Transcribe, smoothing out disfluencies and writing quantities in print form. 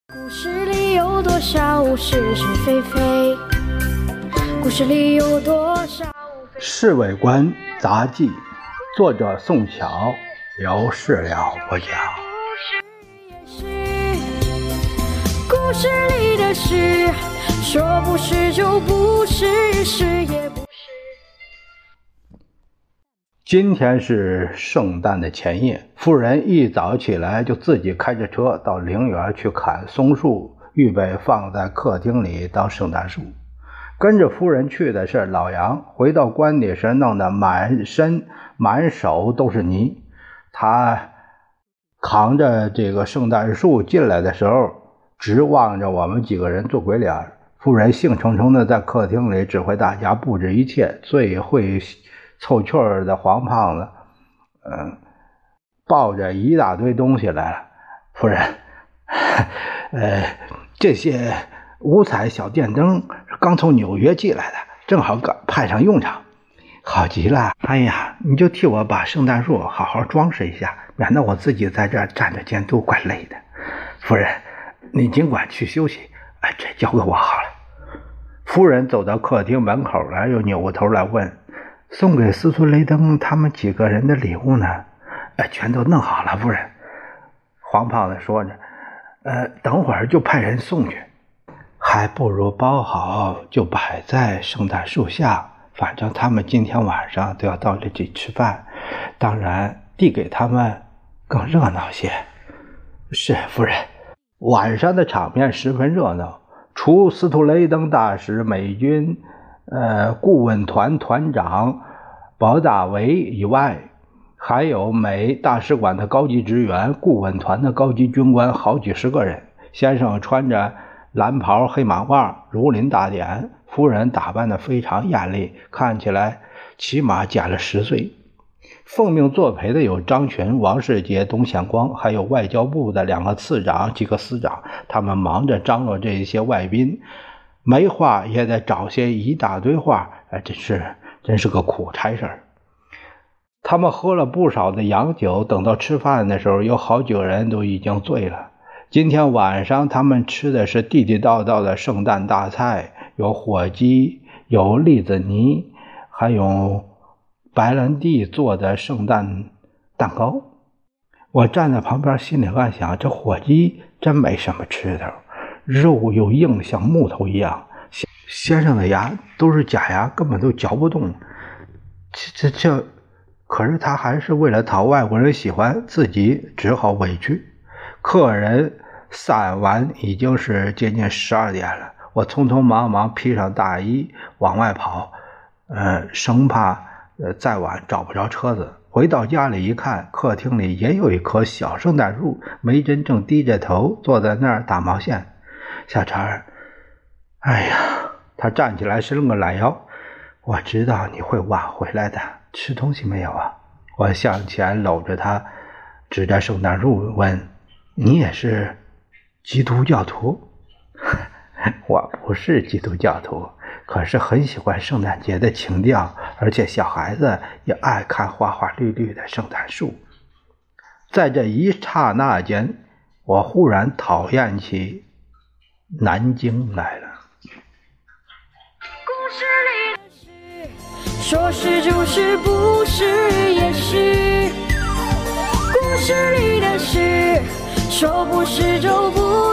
故事里有多少是是非非？故事里有多少？《 侍卫官杂记》，作者宋晓，由事了播讲。 故事里的事，说不是就不是，是也不是。 今天是圣诞的前夜，夫人一早起来就自己开着车到陵园去砍松树，预备放在客厅里当圣诞树。跟着夫人去的是老杨，回到官邸时弄得满身满手都是泥。他扛着这个圣诞树进来的时候，直望着我们几个人做鬼脸。夫人兴冲冲的在客厅里指挥大家布置一切，最会凑趣儿的黄胖子抱着一大堆东西来了。夫人，这些五彩小电灯刚从纽约寄来的，正好派上用场。好极了，哎呀，你就替我把圣诞树好好装饰一下，免得我自己在这儿站着监督怪累的。夫人，你尽管去休息，这交给我好了。夫人走到客厅门口了，又扭过头来问，送给斯图雷登他们几个人的礼物呢？全都弄好了，夫人。黄胖子说着，等会儿就派人送去。还不如包好就摆在圣诞树下，反正他们今天晚上都要到这里吃饭，当然递给他们更热闹些。是，夫人。晚上的场面十分热闹，除斯图雷登大使、美军顾问团团长保大维以外，还有美大使馆的高级职员、顾问团的高级军官好几十个人。先生穿着蓝袍黑马褂，如临大典。夫人打扮得非常艳丽，看起来起码减了10岁。奉命作陪的有张群、王世杰、董显光，还有外交部的2个次长、几个司长。他们忙着张罗这些外宾，没话也得找些一大堆话，真是个苦差事儿。他们喝了不少的洋酒，等到吃饭的时候，有好几个人都已经醉了。今天晚上他们吃的是地地道道的圣诞大菜，有火鸡，有栗子泥，还有白兰地做的圣诞蛋糕。我站在旁边心里暗想，这火鸡真没什么吃头，肉又硬像木头一样，先生的牙都是假牙，根本都嚼不动。可是他还是为了讨外国人喜欢，自己只好委屈。客人散完已经是接近12点了，我匆匆忙忙披上大衣往外跑，生怕再晚找不着车子。回到家里一看，客厅里也有一棵小圣诞树，梅珍正低着头坐在那儿打毛线。小陈儿，哎呀，他站起来伸了个懒腰，我知道你会晚回来的，吃东西没有啊？我向前搂着他，指着圣诞树问，你也是基督教徒？我不是基督教徒，可是很喜欢圣诞节的情调，而且小孩子也爱看花花绿绿的圣诞树。在这一刹那间，我忽然讨厌起南京来了。 故事里的事，说是就是，不是也是。故事里的事，说不是就不